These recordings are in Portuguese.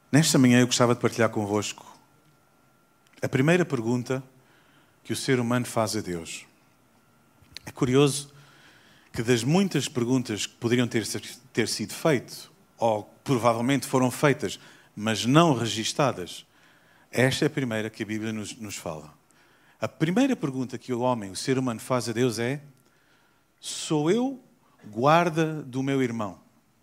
Nesta manhã eu gostava de partilhar convosco a primeira pergunta que o ser humano faz a Deus. É curioso que das muitas perguntas que poderiam ter sido feitas, ou provavelmente foram feitas, mas não registadas, esta é a primeira que a Bíblia nos fala. A primeira pergunta que o homem, o ser humano, faz a Deus é: sou eu guarda do meu irmão?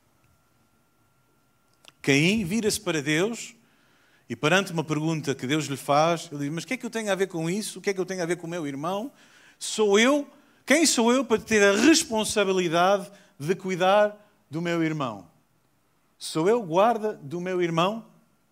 Caim vira-se para Deus e, perante uma pergunta que Deus lhe faz, ele diz: mas o que é que eu tenho a ver com isso? O que é que eu tenho a ver com o meu irmão? Sou eu? Quem sou eu para ter a responsabilidade de cuidar do meu irmão? Sou eu guarda do meu irmão?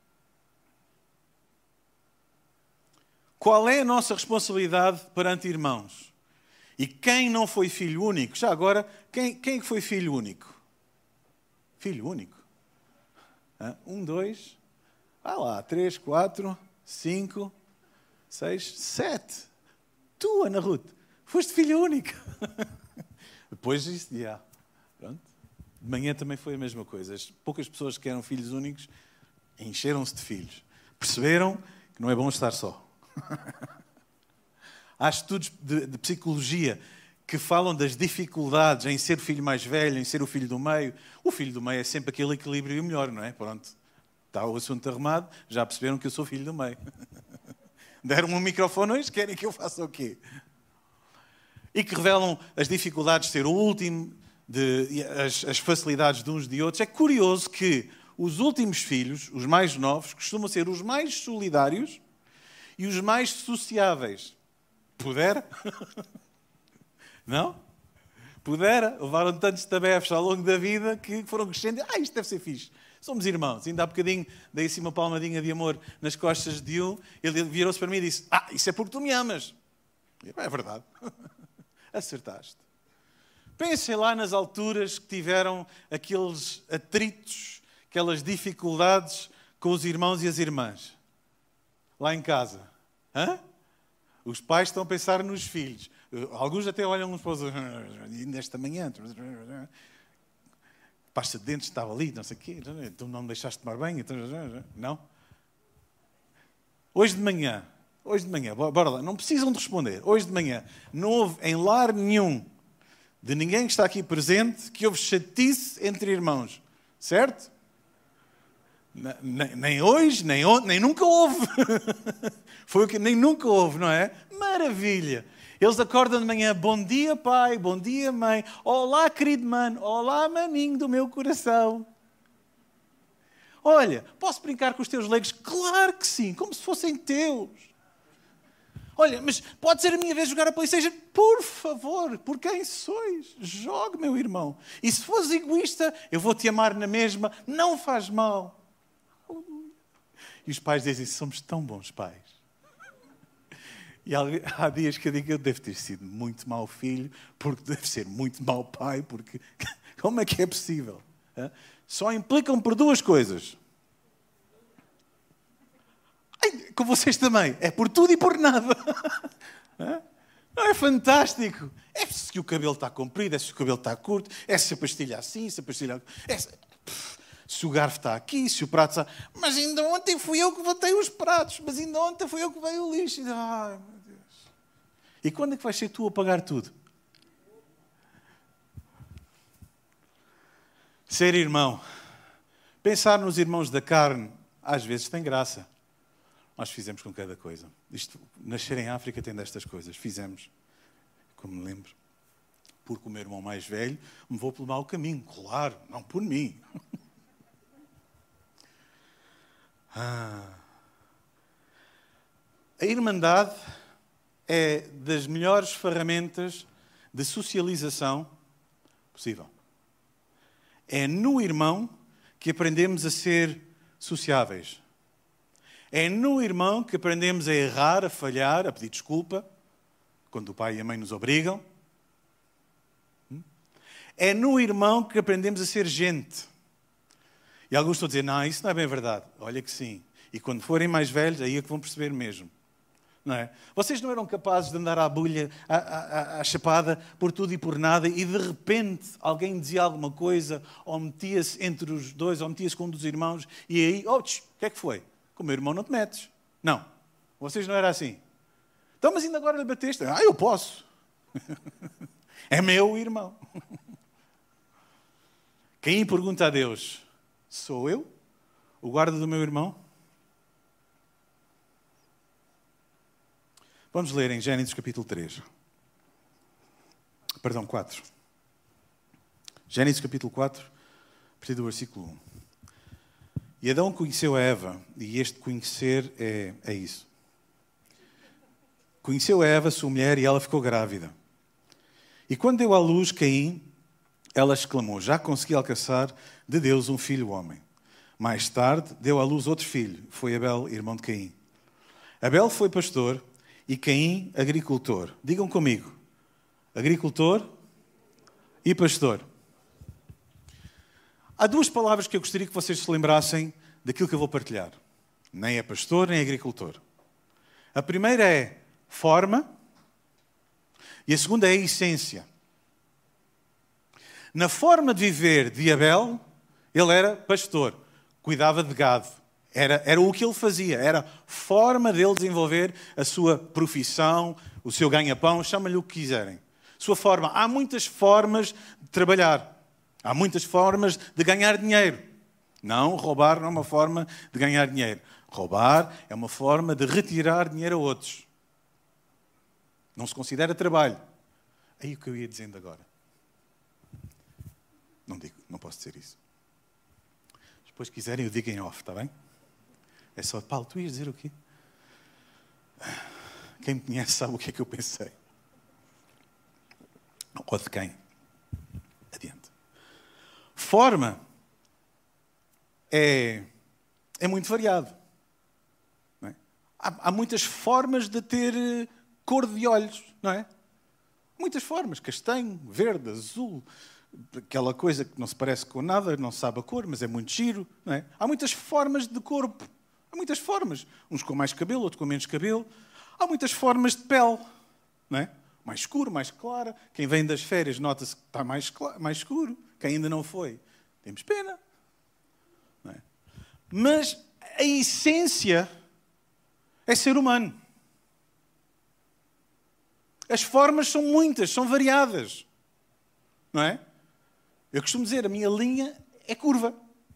Qual é a nossa responsabilidade perante irmãos? E quem não foi filho único? Já agora, quem é que foi filho único? Filho único? 1, 2, vai lá, 3, 4, 5, 6, 7. Tu, Ana Ruth, foste filha única. Depois disso, pronto. De manhã também foi a mesma coisa. As poucas pessoas que eram filhos únicos encheram-se de filhos. Perceberam que não é bom estar só. Há estudos de psicologia que falam das dificuldades em ser o filho mais velho, em ser o filho do meio. O filho do meio é sempre aquele equilíbrio melhor, não é? Pronto, está o assunto arrumado, já perceberam que eu sou filho do meio. Deram-me um microfone hoje, querem que eu faça o quê? E que revelam as dificuldades de ser o último, as facilidades de uns de outros. É curioso que os últimos filhos, os mais novos, costumam ser os mais solidários e os mais sociáveis. Pudera? Não? Pudera. Levaram tantos tabefes ao longo da vida que foram crescendo. Isto deve ser fixe. Somos irmãos. Ainda há bocadinho dei assim uma palmadinha de amor nas costas de um. Ele virou-se para mim e disse: isso é porque tu me amas. É verdade. Acertaste. Pensem lá nas alturas que tiveram aqueles atritos, aquelas dificuldades com os irmãos e as irmãs. Lá em casa. Os pais estão a pensar nos filhos. Alguns até olham uns para os outros. Ainda esta manhã. Pasta de dentes estava ali, não sei o quê. Tu não me deixaste tomar banho. Não? Hoje de manhã, bora lá, não precisam de responder. Hoje de manhã, não houve em lar nenhum de ninguém que está aqui presente que houve chatice entre irmãos. Certo? Nem hoje, nem ontem, nem nunca houve. Foi o que nem nunca houve, não é? Maravilha! Eles acordam de manhã: bom dia, pai, bom dia, mãe. Olá, querido mano, olá, maninho do meu coração. Olha, posso brincar com os teus legos? Claro que sim, como se fossem teus. Olha, mas pode ser a minha vez de jogar a PlayStation? Por favor, por quem sois? Jogue, meu irmão. E se fores egoísta, eu vou te amar na mesma, não faz mal. E os pais dizem: somos tão bons pais. E há dias que eu digo: eu devo ter sido muito mau filho, porque devo ser muito mau pai, porque como é que é possível? Só implicam por duas coisas. Com vocês também. É por tudo e por nada. Não é fantástico? É se o cabelo está comprido, é se o cabelo está curto, é se a pastilha assim, se a pastilha... se o garfo está aqui, se o prato está... Mas ainda ontem fui eu que botei os pratos, mas ainda ontem fui eu que veio o lixo. Ai, meu Deus. E quando é que vais ser tu a pagar tudo? Ser irmão. Pensar nos irmãos da carne, às vezes tem graça. Nós fizemos com cada coisa. Isto, nascer em África tem destas coisas. Fizemos, como me lembro, porque o meu irmão mais velho me levou pelo mau caminho. Claro, não por mim. A irmandade é das melhores ferramentas de socialização possível. É no irmão que aprendemos a ser sociáveis. É no irmão que aprendemos a errar, a falhar, a pedir desculpa, quando o pai e a mãe nos obrigam. É no irmão que aprendemos a ser gente. E alguns estão a dizer: não, isso não é bem verdade. Olha que sim. E quando forem mais velhos, aí é que vão perceber mesmo. Não é? Vocês não eram capazes de andar à bulha, à chapada, por tudo e por nada, e de repente alguém dizia alguma coisa, ou metia-se entre os dois, ou metia-se com um dos irmãos, e aí, o que é que foi? Com o meu irmão não te metes. Não. Vocês não eram assim. Então, mas ainda agora lhe bateste? Eu posso. É meu irmão. Caim pergunta a Deus, sou eu o guarda do meu irmão? Vamos ler em Gênesis capítulo 3. Perdão, 4. Gênesis capítulo 4, a partir do versículo 1. E Adão conheceu a Eva, e este conhecer é isso. Conheceu a Eva, sua mulher, e ela ficou grávida. E quando deu à luz Caim, ela exclamou, já consegui alcançar de Deus um filho homem. Mais tarde, deu à luz outro filho, foi Abel, irmão de Caim. Abel foi pastor e Caim, agricultor. Digam comigo, agricultor e pastor. Há duas palavras que eu gostaria que vocês se lembrassem daquilo que eu vou partilhar. Nem é pastor, nem é agricultor. A primeira é forma e a segunda é essência. Na forma de viver de Abel, ele era pastor, cuidava de gado. Era o que ele fazia, era a forma dele desenvolver a sua profissão, o seu ganha-pão, chama-lhe o que quiserem. Sua forma. Há muitas formas de trabalhar. Há muitas formas de ganhar dinheiro. Não, roubar não é uma forma de ganhar dinheiro. Roubar é uma forma de retirar dinheiro a outros. Não se considera trabalho. Aí o que eu ia dizendo agora. Não digo, não posso dizer isso. Depois quiserem eu digo em off, está bem? É só, Paulo, tu ias dizer o quê? Quem me conhece sabe o que é que eu pensei. Ou de quem? Adiante. Forma é muito variado. Não é? Há muitas formas de ter cor de olhos, não é? Muitas formas. Castanho, verde, azul, aquela coisa que não se parece com nada, não sabe a cor, mas é muito giro, não é? Há muitas formas de corpo. Há muitas formas. Uns com mais cabelo, outros com menos cabelo. Há muitas formas de pele. Não é? Mais escuro, mais clara. Quem vem das férias nota-se que está mais escuro. Quem ainda não foi, temos pena. Não é? Mas a essência é ser humano. As formas são muitas, são variadas. Não é? Eu costumo dizer, a minha linha é curva.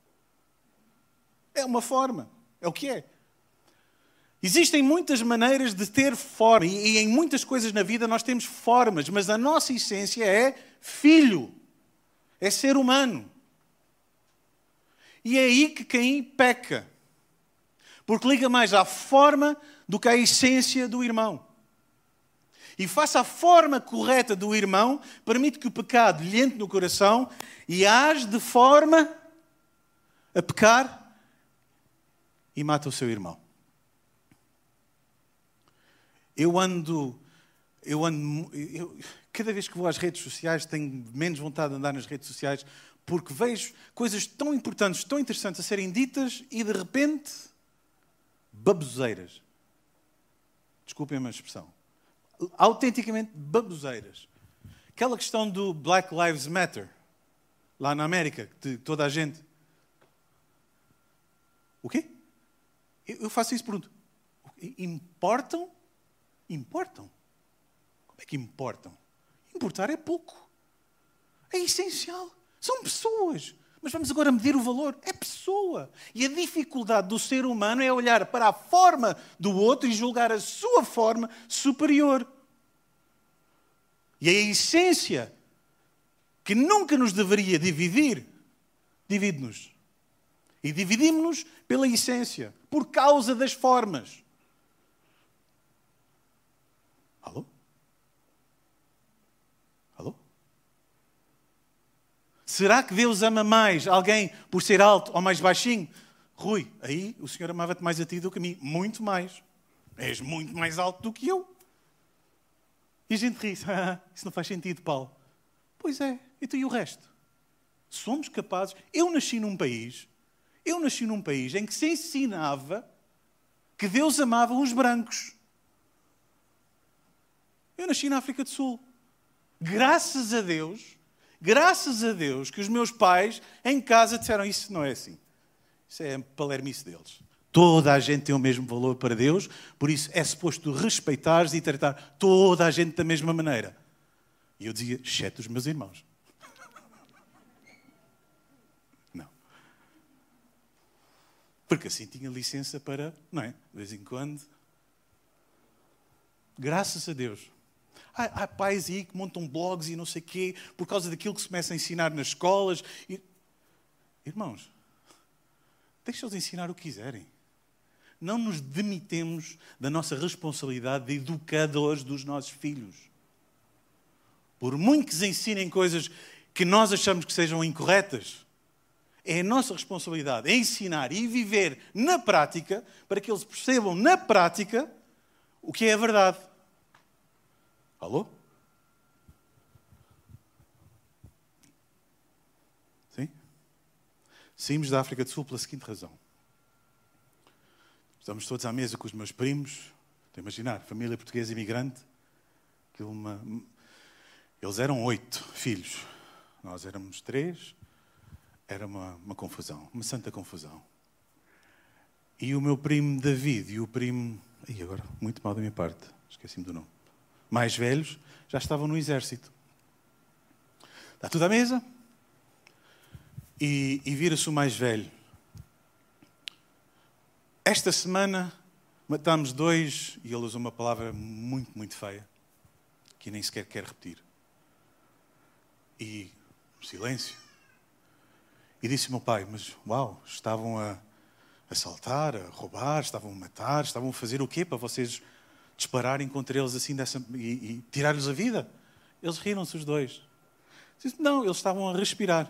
É uma forma. É o que é. Existem muitas maneiras de ter forma. E em muitas coisas na vida nós temos formas. Mas a nossa essência é filho. É ser humano. E é aí que Caim peca. Porque liga mais à forma do que à essência do irmão. E face à forma correta do irmão, permite que o pecado lhe entre no coração e age de forma a pecar e mata o seu irmão. Cada vez que vou às redes sociais, tenho menos vontade de andar nas redes sociais, porque vejo coisas tão importantes, tão interessantes a serem ditas e, de repente, baboseiras. Desculpem-me a expressão. Autenticamente baboseiras. Aquela questão do Black Lives Matter, lá na América, de toda a gente. O quê? Eu faço isso, pergunto. Importam? Importam? Como é que importam? Importar é pouco. É essencial. São pessoas. Mas vamos agora medir o valor. É pessoa. E a dificuldade do ser humano é olhar para a forma do outro e julgar a sua forma superior. E a essência que nunca nos deveria dividir, divide-nos. E dividimos-nos pela essência, por causa das formas. Alô? Alô? Será que Deus ama mais alguém por ser alto ou mais baixinho? Rui, aí o Senhor amava-te mais a ti do que a mim. Muito mais. És muito mais alto do que eu. E a gente ri-se. Isso não faz sentido, Paulo. Pois é. Então e o resto? Somos capazes... Eu nasci num país em que se ensinava que Deus amava os brancos. Eu nasci na África do Sul. Graças a Deus que os meus pais em casa disseram isso não é assim. Isso é a palermice deles. Toda a gente tem o mesmo valor para Deus, por isso é suposto respeitares e tratar toda a gente da mesma maneira. E eu dizia, exceto os meus irmãos. Não. Porque assim tinha licença para, não é? De vez em quando. Graças a Deus. Há pais aí que montam blogs e não sei o quê, por causa daquilo que se começa a ensinar nas escolas. Irmãos, deixa-os ensinar o que quiserem. Não nos demitemos da nossa responsabilidade de educadores dos nossos filhos. Por muito que se ensinem coisas que nós achamos que sejam incorretas, é a nossa responsabilidade ensinar e viver na prática para que eles percebam na prática o que é a verdade. Alô? Sim? Saímos da África do Sul pela seguinte razão. Estamos todos à mesa com os meus primos. Estou a imaginar, família portuguesa imigrante. Eles eram 8 filhos. Nós éramos 3. Era uma confusão, uma santa confusão. E o meu primo David e o primo... Ih, agora, muito mal da minha parte. Esqueci-me do nome. Mais velhos, já estavam no exército. Está tudo à mesa e vira-se o mais velho. Esta semana matámos 2, e ele usa uma palavra muito, muito feia, que nem sequer quer repetir. E silêncio. E disse ao meu pai, mas uau, estavam a assaltar, a roubar, estavam a matar, estavam a fazer o quê para vocês dispararem contra eles assim e tirar-lhes a vida? Eles riram-se os 2. Disse, não, eles estavam a respirar.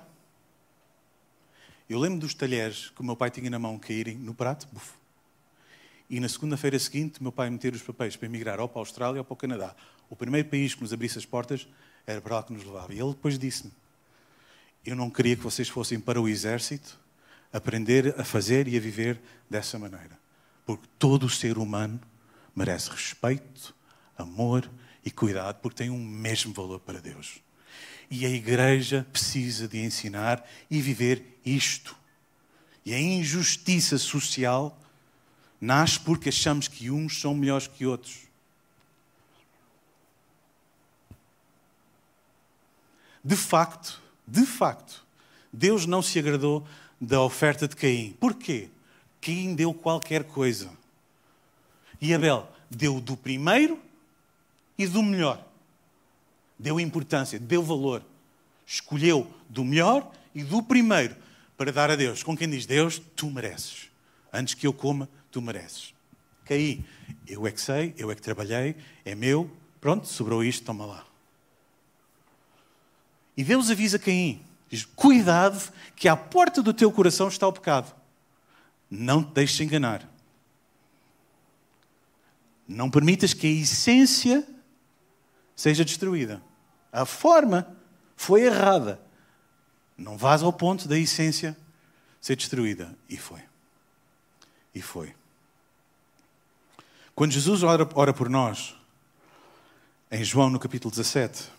Eu lembro dos talheres que o meu pai tinha na mão caírem no prato, buf. E na segunda-feira seguinte, o meu pai meter os papéis para emigrar ou para a Austrália ou para o Canadá. O primeiro país que nos abrisse as portas era para lá que nos levava. E ele depois disse-me, eu não queria que vocês fossem para o exército aprender a fazer e a viver dessa maneira. Porque todo o ser humano merece respeito, amor e cuidado, porque tem o mesmo valor para Deus. E a igreja precisa de ensinar e viver isto. E a injustiça social nasce porque achamos que uns são melhores que outros. De facto, Deus não se agradou da oferta de Caim. Porquê? Caim deu qualquer coisa. E Abel deu do primeiro e do melhor. Deu importância, deu valor. Escolheu do melhor e do primeiro para dar a Deus. Com quem diz, Deus, tu mereces. Antes que eu coma, tu mereces. Caim, eu é que sei, eu é que trabalhei, é meu, pronto, sobrou isto, toma lá. E Deus avisa Caim, diz, cuidado que à porta do teu coração está o pecado. Não te deixes enganar. Não permitas que a essência seja destruída. A forma foi errada. Não vás ao ponto da essência ser destruída. E foi. E foi. Quando Jesus ora por nós, em João no capítulo 17,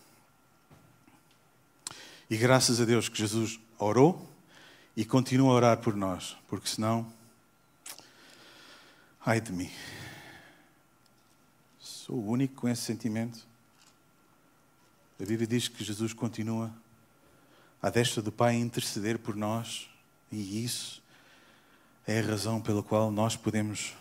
e graças a Deus que Jesus orou e continua a orar por nós, porque senão, ai de mim, sou o único com esse sentimento. A Bíblia diz que Jesus continua à destra do Pai a interceder por nós, e isso é a razão pela qual nós podemos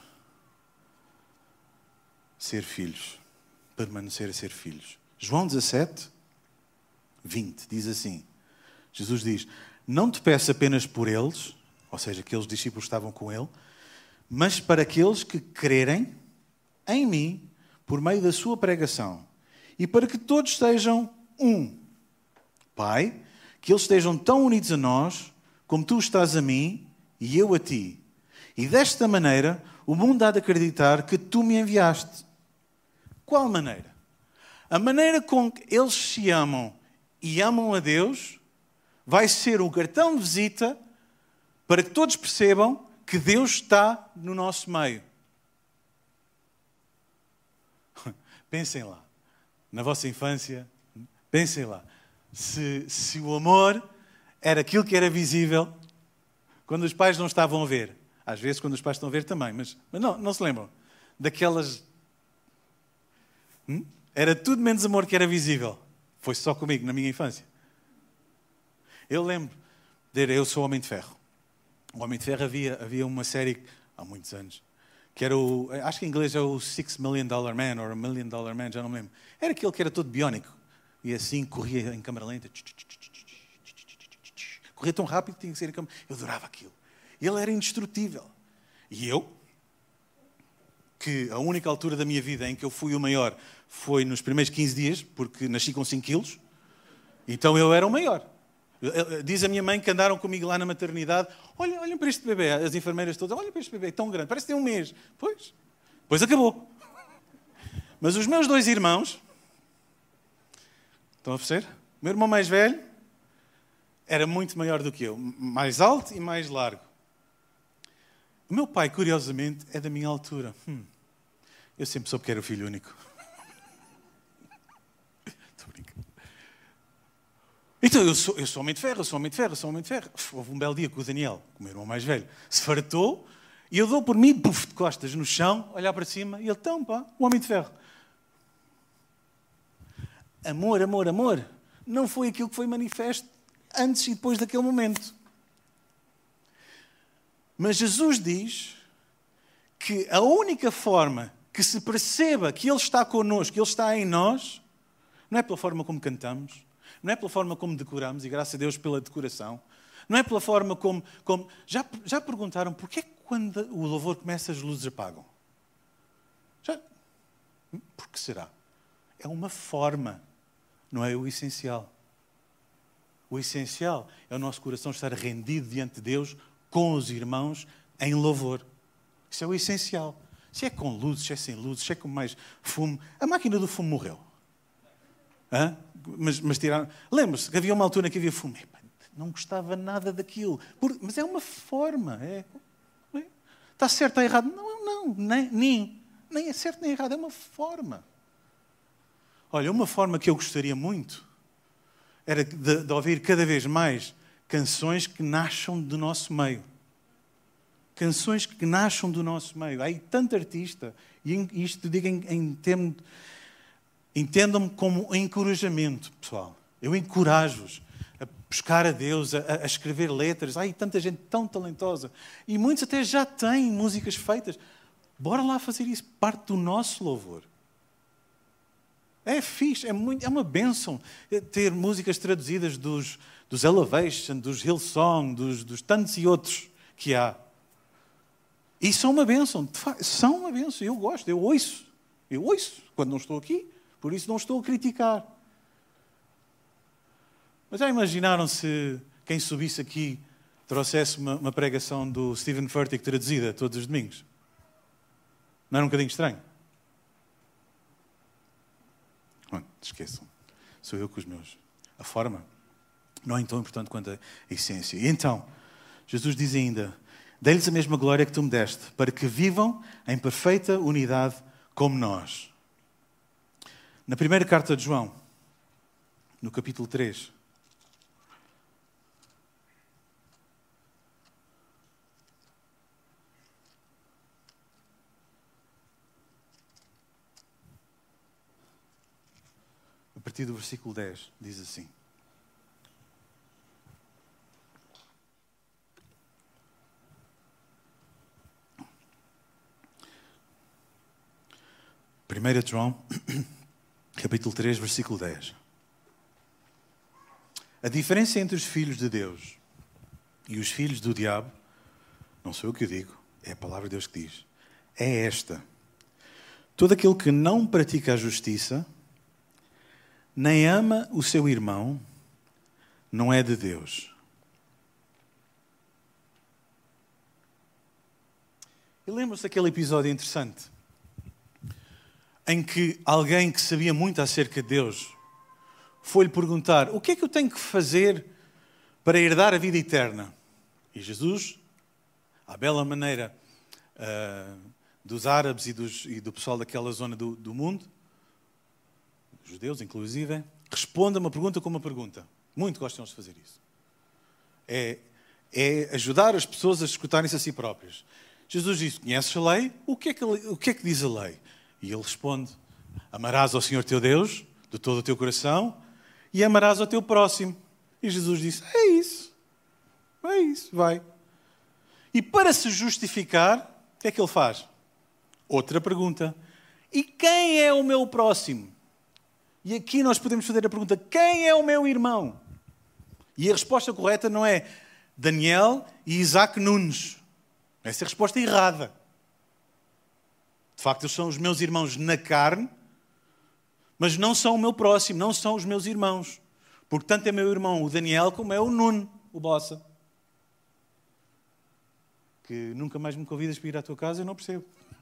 ser filhos, permanecer a ser filhos. João 17, 20, diz assim, Jesus diz, não te peço apenas por eles, ou seja, aqueles discípulos que estavam com ele, mas para aqueles que crerem em mim por meio da sua pregação, e para que todos sejam um. Pai, que eles estejam tão unidos a nós, como tu estás a mim e eu a ti. E desta maneira, o mundo há de acreditar que tu me enviaste. Qual maneira? A maneira com que eles se amam e amam a Deus vai ser um cartão de visita para que todos percebam que Deus está no nosso meio. Pensem lá. na vossa infância, pensem lá, se o amor era aquilo que era visível quando os pais não estavam a ver. Às vezes quando os pais estão a ver também, mas não se lembram daquelas... Era tudo menos amor que era visível. Foi só comigo, na minha infância. Eu lembro, eu sou Homem de Ferro. O Homem de Ferro havia uma série, há muitos anos, que era acho que em inglês é o $6 Million Man, ou $1 Million Man, já não me lembro. Era aquele que era todo biónico. E assim corria em câmara lenta. Corria tão rápido que tinha que ser em câmara... Eu adorava aquilo. Ele era indestrutível. E eu, que a única altura da minha vida em que eu fui o maior foi nos primeiros 15 dias, porque nasci com 5 quilos, então eu era o maior. Diz a minha mãe que andaram comigo lá na maternidade, olhem para este bebê, as enfermeiras todas, olhem para este bebê, tão grande, parece que tem um mês. Pois acabou. Mas os meus 2 irmãos, estão a perceber? O meu irmão mais velho era muito maior do que eu, mais alto e mais largo. O meu pai, curiosamente, é da minha altura. Eu sempre soube que era o filho único. Estou brincando. Então, eu sou Homem de Ferro, Houve um belo dia que o Daniel, o meu irmão mais velho, se fartou e eu dou por mim, de costas no chão, olhar para cima e ele, então, pá, o Homem de Ferro. Amor, amor, amor. Não foi aquilo que foi manifesto antes e depois daquele momento. Mas Jesus diz que a única forma que se perceba que Ele está connosco, que Ele está em nós, não é pela forma como cantamos, não é pela forma como decoramos, e graças a Deus pela decoração, não é pela forma como... Já perguntaram porquê que quando o louvor começa as luzes apagam? Por que será? É uma forma, não é o essencial. O essencial é o nosso coração estar rendido diante de Deus com os irmãos em louvor. Isso é o essencial. Se é com luzes, se é sem luzes, se é com mais fumo. A máquina do fumo morreu. Mas tiraram... Lembra-se que havia uma altura que havia fumo. Não gostava nada daquilo. Mas é uma forma. Está certo, está errado? Não. Nem é certo nem é errado. É uma forma. Olha, uma forma que eu gostaria muito era de ouvir cada vez mais canções que nasçam do nosso meio. Canções que nasçam do nosso meio. Há aí tanto artista, e isto digo entendam-me como encorajamento, pessoal. Eu encorajo-vos a buscar a Deus, a escrever letras. Há aí tanta gente tão talentosa. E muitos até já têm músicas feitas. Bora lá fazer isso, parte do nosso louvor. É fixe, é uma bênção ter músicas traduzidas dos Elevation, dos Hillsong, dos tantos e outros que há. E são uma bênção, são uma bênção. Eu gosto, eu ouço quando não estou aqui, por isso não estou a criticar. Mas já imaginaram se quem subisse aqui trouxesse uma pregação do Stephen Furtick traduzida todos os domingos? Não era um bocadinho estranho? Não, esqueçam. Sou eu com os meus. A forma não é tão importante quanto a essência. E então, Jesus diz ainda, dei-lhes a mesma glória que tu me deste, para que vivam em perfeita unidade como nós. Na primeira carta de João, no capítulo 3, a partir do versículo 10, diz assim. Primeira de João, capítulo 3, versículo 10. A diferença entre os filhos de Deus e os filhos do diabo, não sou eu que o digo, é a palavra de Deus que diz, é esta. Todo aquele que não pratica a justiça, nem ama o seu irmão, não é de Deus. E lembra-se daquele episódio interessante em que alguém que sabia muito acerca de Deus foi-lhe perguntar: o que é que eu tenho que fazer para herdar a vida eterna? E Jesus, à bela maneira dos árabes e do pessoal daquela zona do mundo, os judeus inclusive, responde a uma pergunta com uma pergunta. Muito gostam de fazer isso. É ajudar as pessoas a escutarem-se a si próprias. Jesus disse, conheces a lei? O que é que diz a lei? E ele responde, amarás ao Senhor teu Deus de todo o teu coração e amarás ao teu próximo. E Jesus disse, é isso, vai. E para se justificar, o que é que ele faz? Outra pergunta. E quem é o meu próximo? E aqui nós podemos fazer a pergunta, quem é o meu irmão? E a resposta correta não é Daniel e Isaac Nunes. Essa é a resposta errada. De facto, eles são os meus irmãos na carne, mas não são o meu próximo, não são os meus irmãos. Porque tanto é meu irmão o Daniel como é o Nuno, o Bossa. Que nunca mais me convidas para ir à tua casa, eu não percebo.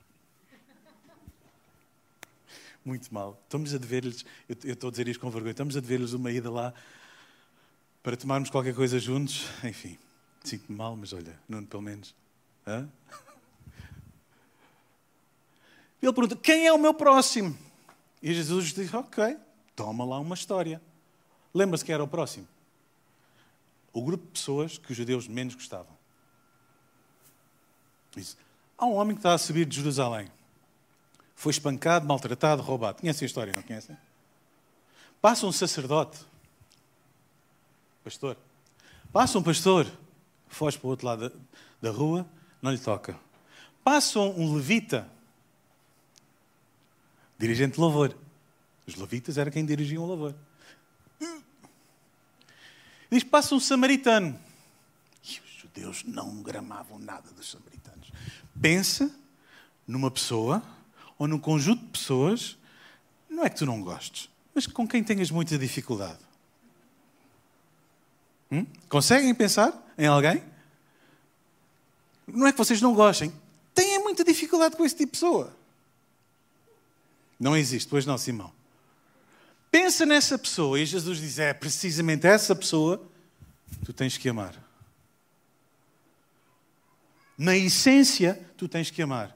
Muito mal. Estamos a dever-lhes, eu estou a dizer isto com vergonha, estamos a dever-lhes uma ida lá para tomarmos qualquer coisa juntos. Enfim, sinto-me mal, mas olha, Nuno, pelo menos. Hã? Ele pergunta, quem é o meu próximo? E Jesus diz, ok, toma lá uma história. Lembra-se quem era o próximo? O grupo de pessoas que os judeus menos gostavam. Diz, há um homem que está a subir de Jerusalém. Foi espancado, maltratado, roubado. Conhecem a história, não conhecem? Passa um sacerdote, pastor. Passa um pastor, foge para o outro lado da rua, não lhe toca. Passa um levita, dirigente de louvor. Os levitas era quem dirigiam o louvor. Diz, passa um samaritano. E os judeus não gramavam nada dos samaritanos. Pensa numa pessoa ou num conjunto de pessoas, não é que tu não gostes, mas com quem tenhas muita dificuldade. Conseguem pensar em alguém? Não é que vocês não gostem, têm muita dificuldade com esse tipo de pessoa. Não existe, pois não, Simão? Pensa nessa pessoa e Jesus diz, é precisamente essa pessoa que tu tens que amar. Na essência, tu tens que amar.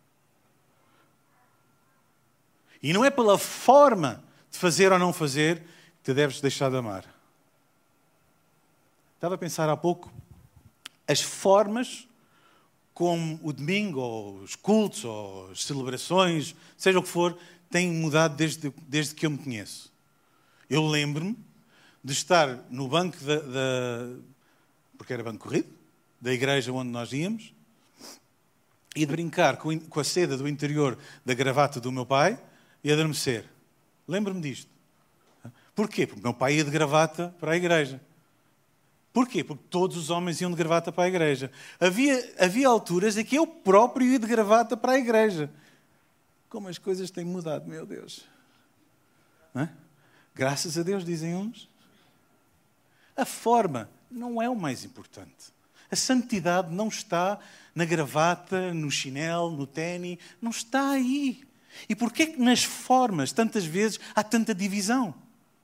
E não é pela forma de fazer ou não fazer que te deves deixar de amar. Estava a pensar há pouco, as formas como o domingo, ou os cultos, ou as celebrações, seja o que for, têm mudado desde que eu me conheço. Eu lembro-me de estar no banco porque era banco corrido, da igreja onde nós íamos, e de brincar com a seda do interior da gravata do meu pai e adormecer. Lembro-me disto. Porquê? Porque o meu pai ia de gravata para a igreja. Porquê? Porque todos os homens iam de gravata para a igreja. Havia alturas em que eu próprio ia de gravata para a igreja. Como as coisas têm mudado, meu Deus. Não é? Graças a Deus, dizem uns. A forma não é o mais importante. A santidade não está na gravata, no chinelo, no ténis. Não está aí. E porquê que nas formas, tantas vezes, há tanta divisão?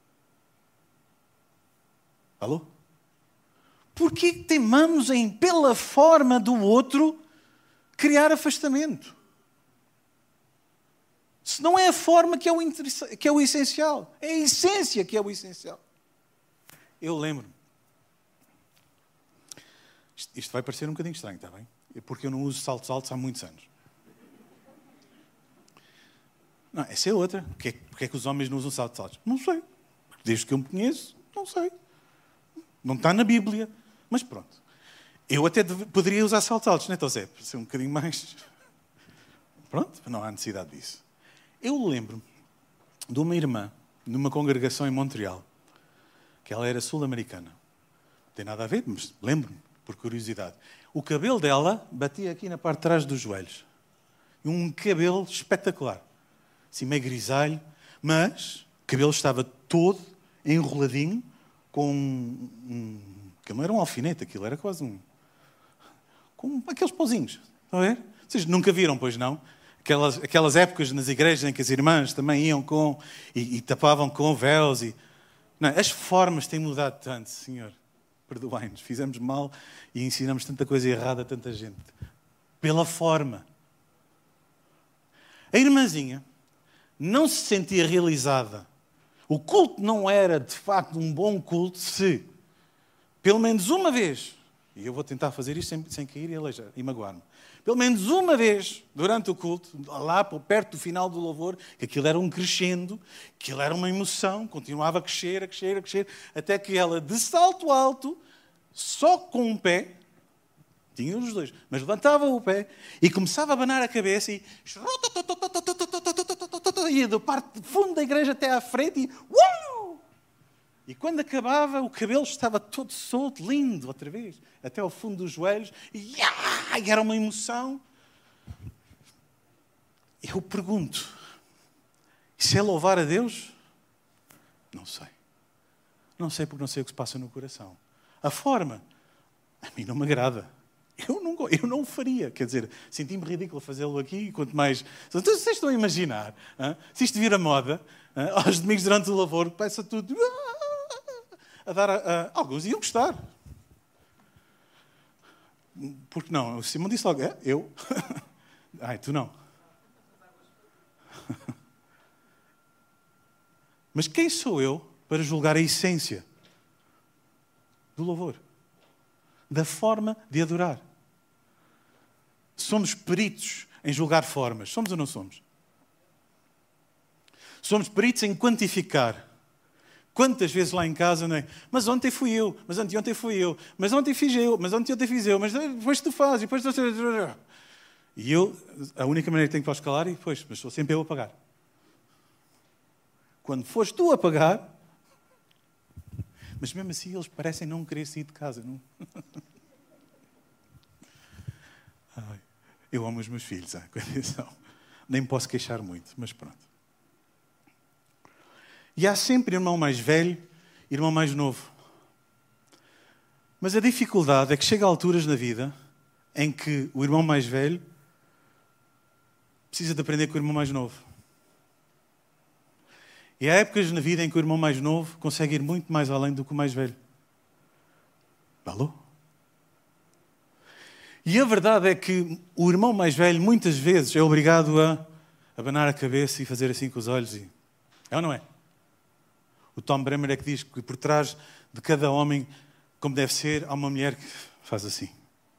Alô? Porquê que teimamos em, pela forma do outro, criar afastamento? Se não é a forma que é o essencial. É a essência que é o essencial. Eu lembro-me. Isto vai parecer um bocadinho estranho, está bem? É porque eu não uso saltos altos há muitos anos. Não, essa é outra. Porque é que os homens não usam saltos altos? Não sei. Desde que eu me conheço, não sei. Não está na Bíblia. Mas pronto. Eu até poderia usar saltos altos, não é, então, Zé? Para ser um bocadinho mais... Pronto, não há necessidade disso. Eu lembro de uma irmã, numa congregação em Montreal, que ela era sul-americana. Não tem nada a ver, mas lembro-me, por curiosidade. O cabelo dela batia aqui na parte de trás dos joelhos. Um cabelo espetacular. Assim, meio grisalho, mas o cabelo estava todo enroladinho com aquilo não era um alfinete, aquilo era quase com aqueles pauzinhos. Estão a ver? Vocês nunca viram, pois não? Aquelas épocas nas igrejas em que as irmãs também iam e tapavam com véus. Não, as formas têm mudado tanto, Senhor. Perdoai-nos, fizemos mal e ensinamos tanta coisa errada a tanta gente. Pela forma. A irmãzinha não se sentia realizada O culto não era, de facto, um bom culto se, pelo menos uma vez, e eu vou tentar fazer isto sem cair e magoar-me, pelo menos uma vez, durante o culto, lá perto do final do louvor, que aquilo era um crescendo, que aquilo era uma emoção, continuava a crescer, a crescer, a crescer, até que ela, de salto alto, só com um pé, tinha os dois, mas levantava o pé e começava a abanar a cabeça e ia da parte de fundo da igreja até à frente e E quando acabava, o cabelo estava todo solto, lindo, outra vez, até ao fundo dos joelhos, e era uma emoção. Eu pergunto, isso é louvar a Deus? Não sei. Não sei porque não sei o que se passa no coração. A forma, a mim não me agrada. Eu não o faria. Quer dizer, senti-me ridículo fazê-lo aqui, quanto mais... Então, vocês estão a imaginar, se isto vir a moda, aos domingos durante o louvor, começa tudo... a dar alguns iam gostar. Porque não? O Simão disse logo, eu? Ai, tu não. Mas quem sou eu para julgar a essência do louvor? Da forma de adorar. Somos peritos em julgar formas. Somos ou não somos? Somos peritos em quantificar. Quantas vezes lá em casa, não é? Mas ontem fui eu, mas anteontem fui eu, mas ontem fiz eu, mas anteontem fiz eu, mas depois tu fazes, depois tu... E eu, a única maneira que tenho para os calar, depois, mas sou sempre eu a pagar. Quando fores tu a pagar, mas mesmo assim eles parecem não querer sair de casa. Não? Eu amo os meus filhos, nem me posso queixar muito, mas pronto. E há sempre irmão mais velho e irmão mais novo. Mas a dificuldade é que chega a alturas na vida em que o irmão mais velho precisa de aprender com o irmão mais novo. E há épocas na vida em que o irmão mais novo consegue ir muito mais além do que o mais velho. Alô? E a verdade é que o irmão mais velho muitas vezes é obrigado a abanar a cabeça e fazer assim com os olhos. É ou não é? O Tom Bremer é que diz que por trás de cada homem, como deve ser, há uma mulher que faz assim.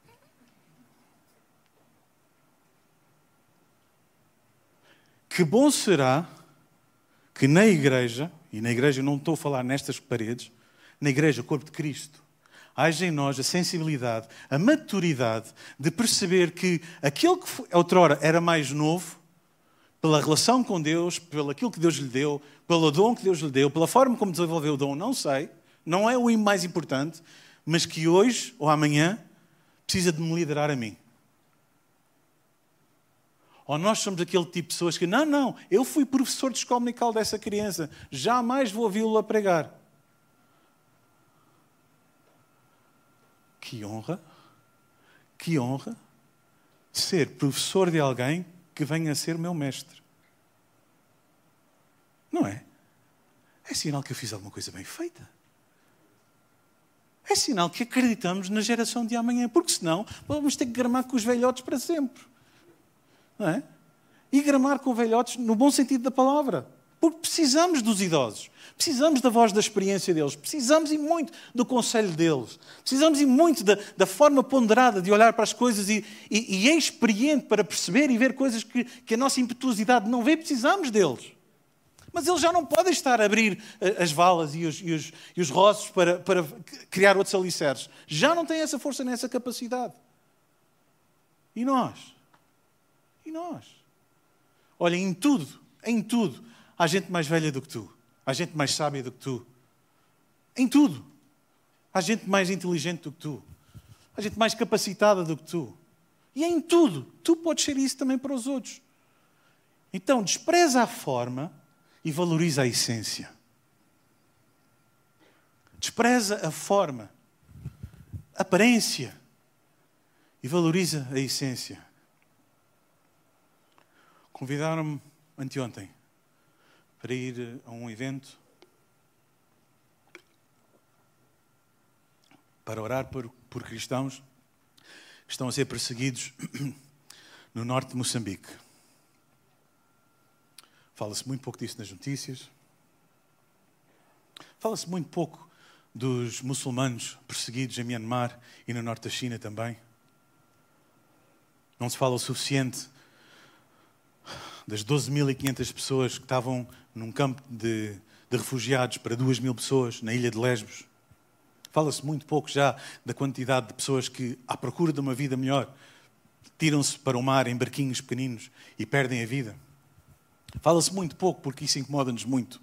Que bom será que na igreja, e na igreja eu não estou a falar nestas paredes, na igreja, o corpo de Cristo, haja em nós a sensibilidade, a maturidade de perceber que aquele que outrora era mais novo, pela relação com Deus, pelo aquilo que Deus lhe deu, pelo dom que Deus lhe deu, pela forma como desenvolveu o dom, não sei, não é o mais importante, mas que hoje ou amanhã precisa de me liderar a mim. Ou nós somos aquele tipo de pessoas que, não, eu fui professor de escola dominical dessa criança, jamais vou ouvi-lo a pregar. Que honra ser professor de alguém que venha a ser meu mestre. Não é? É sinal que eu fiz alguma coisa bem feita. É sinal que acreditamos na geração de amanhã, porque senão vamos ter que gramar com os velhotes para sempre. Não é? E gramar com velhotes no bom sentido da palavra. Porque precisamos dos idosos. Precisamos da voz da experiência deles. Precisamos e muito do conselho deles. Precisamos e muito da forma ponderada de olhar para as coisas e experiente para perceber e ver coisas que a nossa impetuosidade não vê. Precisamos deles. Mas eles já não podem estar a abrir as valas e os roços para criar outros alicerces. Já não têm essa força nem essa capacidade. E nós? E nós? Olha, em tudo, há gente mais velha do que tu. Há gente mais sábia do que tu. Em tudo. Há gente mais inteligente do que tu. Há gente mais capacitada do que tu. E em tudo, tu podes ser isso também para os outros. Então, despreza a forma e valoriza a essência. Despreza a forma, a aparência e valoriza a essência. Convidaram-me anteontem para ir a um evento para orar por cristãos que estão a ser perseguidos no norte de Moçambique. Fala-se muito pouco disso nas notícias. Fala-se muito pouco dos muçulmanos perseguidos em Myanmar e no norte da China também. Não se fala o suficiente das 12.500 pessoas que estavam num campo de refugiados para 2.000 pessoas na ilha de Lesbos. Fala-se muito pouco já da quantidade de pessoas que, à procura de uma vida melhor, tiram-se para o mar em barquinhos pequeninos e perdem a vida. Fala-se muito pouco porque isso incomoda-nos muito.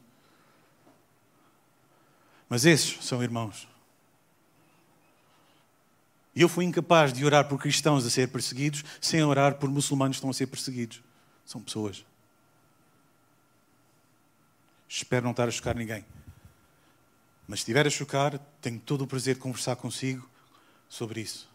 Mas esses são irmãos. E eu fui incapaz de orar por cristãos a ser perseguidos sem orar por muçulmanos que estão a ser perseguidos. São pessoas. Espero não estar a chocar ninguém. Mas se estiver a chocar, tenho todo o prazer de conversar consigo sobre isso.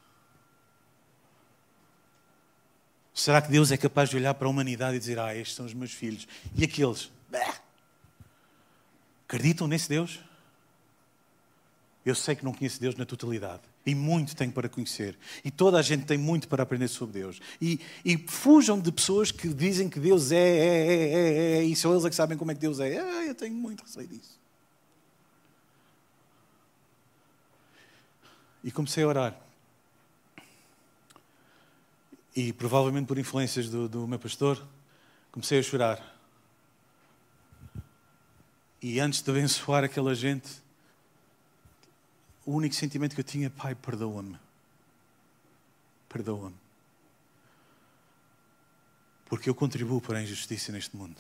Será que Deus é capaz de olhar para a humanidade e dizer: estes são os meus filhos? E aqueles? Acreditam nesse Deus? Eu sei que não conheço Deus na totalidade. E muito tenho para conhecer. E toda a gente tem muito para aprender sobre Deus. E fujam de pessoas que dizem que Deus é. E só eles é que sabem como é que Deus é. Eu tenho muito receio disso. E comecei a orar. E provavelmente por influências do meu pastor, comecei a chorar. E antes de abençoar aquela gente, o único sentimento que eu tinha: Pai, perdoa-me. Perdoa-me. Porque eu contribuo para a injustiça neste mundo.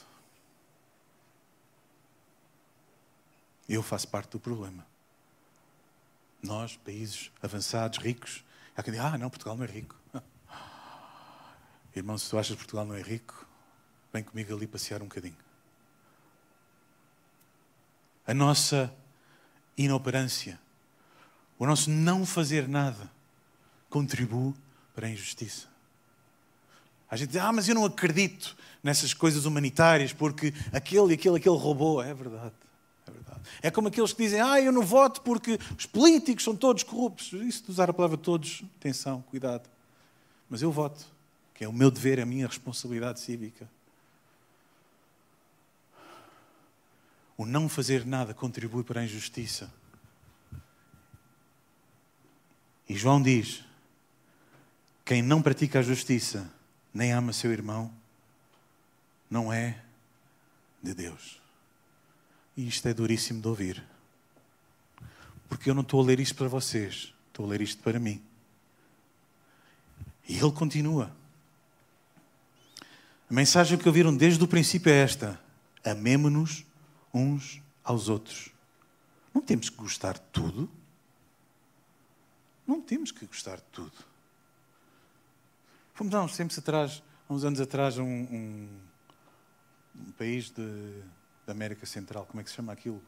Eu faço parte do problema. Nós, países avançados, ricos, há quem diga: não, Portugal não é rico. Irmão, se tu achas que Portugal não é rico, vem comigo ali passear um bocadinho. A nossa inoperância, o nosso não fazer nada, contribui para a injustiça. A gente diz: mas eu não acredito nessas coisas humanitárias porque aquele roubou. É verdade. É verdade. É como aqueles que dizem: eu não voto porque os políticos são todos corruptos. Isso de usar a palavra todos, atenção, cuidado. Mas eu voto, que é o meu dever, a minha responsabilidade cívica. O não fazer nada contribui para a injustiça. E João diz: quem não pratica a justiça, nem ama seu irmão, não é de Deus. E isto é duríssimo de ouvir. Porque eu não estou a ler isto para vocês, estou a ler isto para mim. E ele continua. A mensagem que ouviram desde o princípio é esta: amemo-nos uns aos outros. Não temos que gostar de tudo. Não temos que gostar de tudo. Fomos há uns tempos atrás, há uns anos atrás, a um país da América Central. Como é que se chama aquilo?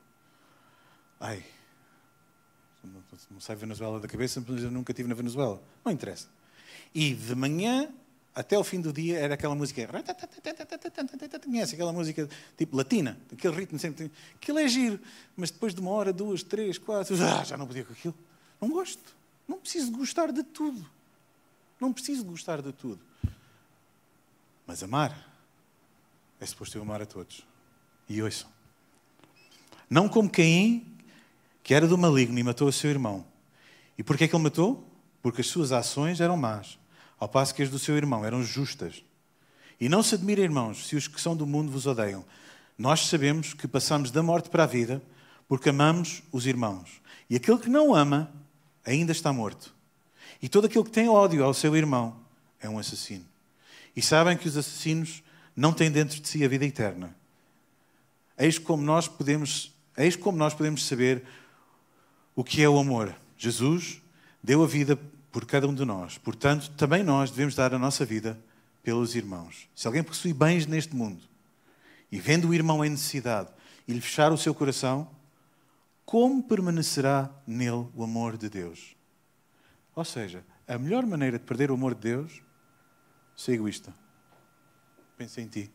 Não sai Venezuela da cabeça, mas eu nunca estive na Venezuela. Não interessa. E de manhã até ao fim do dia era aquela música. Conhece aquela música tipo latina, aquele ritmo sempre. Aquilo é giro, mas depois de 1 hora, 2, 3, 4, já não podia com aquilo. Não gosto. Não preciso de gostar de tudo. Não preciso de gostar de tudo. Mas amar é suposto eu amar a todos. E ouçam. Não como Caim, que era do maligno e matou o seu irmão. E porquê é que ele matou? Porque as suas ações eram más, ao passo que as do seu irmão eram justas. E não se admirem, irmãos, se os que são do mundo vos odeiam. Nós sabemos que passamos da morte para a vida porque amamos os irmãos. E aquele que não ama ainda está morto. E todo aquele que tem ódio ao seu irmão é um assassino. E sabem que os assassinos não têm dentro de si a vida eterna. Eis como nós podemos saber o que é o amor. Jesus deu a vida por cada um de nós. Portanto, também nós devemos dar a nossa vida pelos irmãos. Se alguém possui bens neste mundo e vendo o irmão em necessidade e lhe fechar o seu coração, como permanecerá nele o amor de Deus? Ou seja, a melhor maneira de perder o amor de Deus é ser egoísta. Pensa em ti.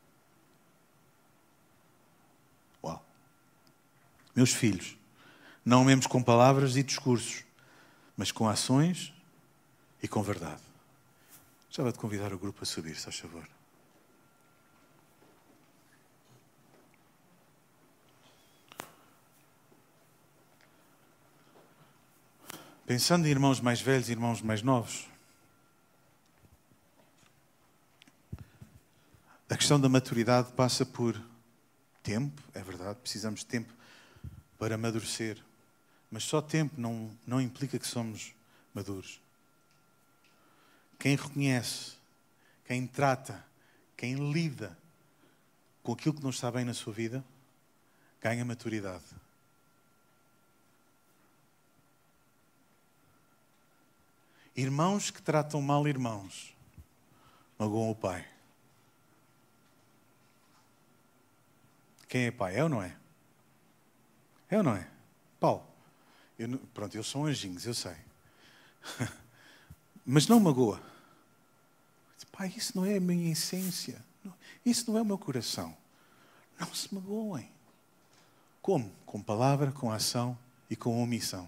Uau. Meus filhos, não amemos com palavras e discursos, mas com ações e com verdade. Gostava de convidar o grupo a subir, se faz favor. Pensando em irmãos mais velhos e irmãos mais novos, a questão da maturidade passa por tempo, é verdade, precisamos de tempo para amadurecer, mas só tempo não implica que somos maduros. Quem reconhece, quem trata, quem lida com aquilo que não está bem na sua vida, ganha maturidade. Irmãos que tratam mal irmãos magoam o pai. Quem é pai? É ou não é? É ou não é? Paulo. Pronto, eles são anjinhos, eu sei. Mas não magoa. Pai, isso não é a minha essência. Isso não é o meu coração. Não se magoem. Como? Com palavra, com ação e com omissão.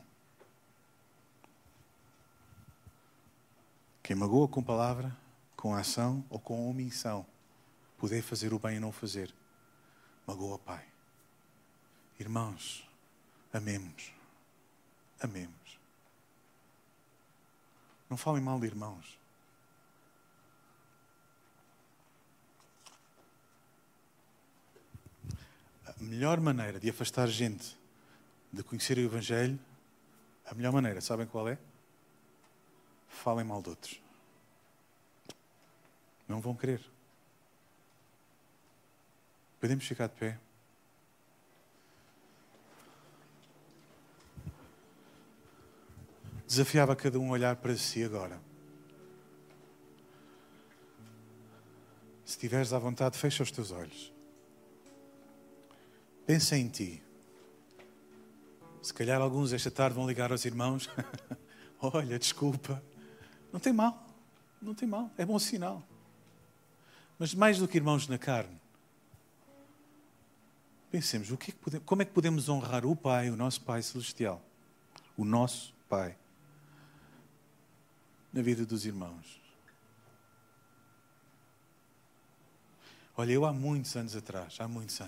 Quem magoa com palavra, com ação ou com omissão, poder fazer o bem e não fazer, magoa pai. Irmãos, amemos. Amemos. Não falem mal de irmãos. A melhor maneira de afastar gente de conhecer o Evangelho, a melhor maneira, sabem qual é? Falem mal de outros. Não vão querer. Podemos ficar de pé? Desafiava cada um a olhar para si agora. Se estiveres à vontade, fecha os teus olhos. Pensa em ti. Se calhar alguns esta tarde vão ligar aos irmãos. Olha, desculpa. Não tem mal. Não tem mal. É bom sinal. Mas mais do que irmãos na carne, pensemos, como é que podemos honrar o Pai, o nosso Pai Celestial? O nosso Pai. Na vida dos irmãos. Olha, eu há muitos anos atrás,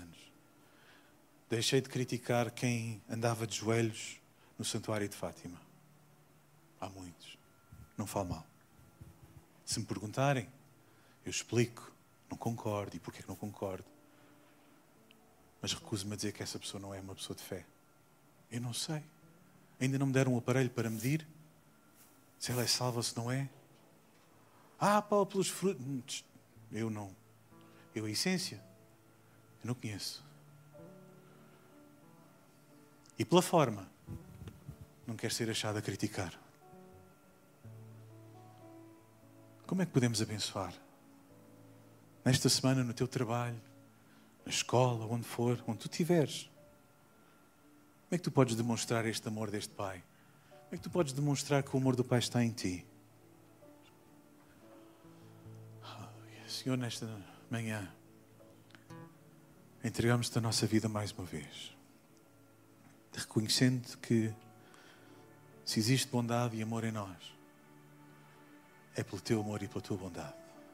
deixei de criticar quem andava de joelhos no Santuário de Fátima. Há muitos. Não falo mal. Se me perguntarem, eu explico. Não concordo. E porquê que não concordo? Mas recuso-me a dizer que essa pessoa não é uma pessoa de fé. Eu não sei. Ainda não me deram um aparelho para medir se ela é salva ou se não é. Paulo, pelos frutos. Eu não. Eu, a essência, eu não conheço. E pela forma, não quero ser achado a criticar. Como é que podemos abençoar? Nesta semana, no teu trabalho, na escola, onde for, onde tu estiveres. Como é que tu podes demonstrar este amor deste Pai? Como é que tu podes demonstrar que o amor do Pai está em ti? Senhor, nesta manhã, entregamos-te a nossa vida mais uma vez. Reconhecendo que se existe bondade e amor em nós, é pelo teu amor e pela tua bondade.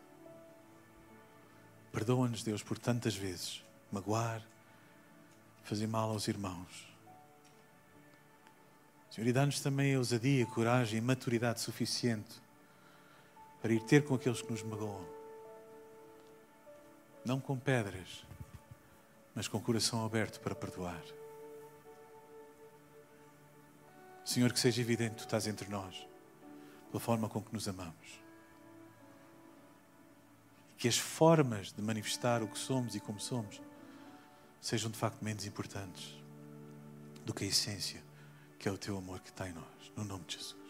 Perdoa-nos, Deus, por tantas vezes magoar, fazer mal aos irmãos. Senhor, e dá-nos também a ousadia, a coragem e maturidade suficiente para ir ter com aqueles que nos magoam. Não com pedras, mas com o coração aberto para perdoar. Senhor, que seja evidente que tu estás entre nós, pela forma com que nos amamos. Que as formas de manifestar o que somos e como somos sejam de facto menos importantes do que a essência, que é o teu amor que está em nós. No nome de Jesus.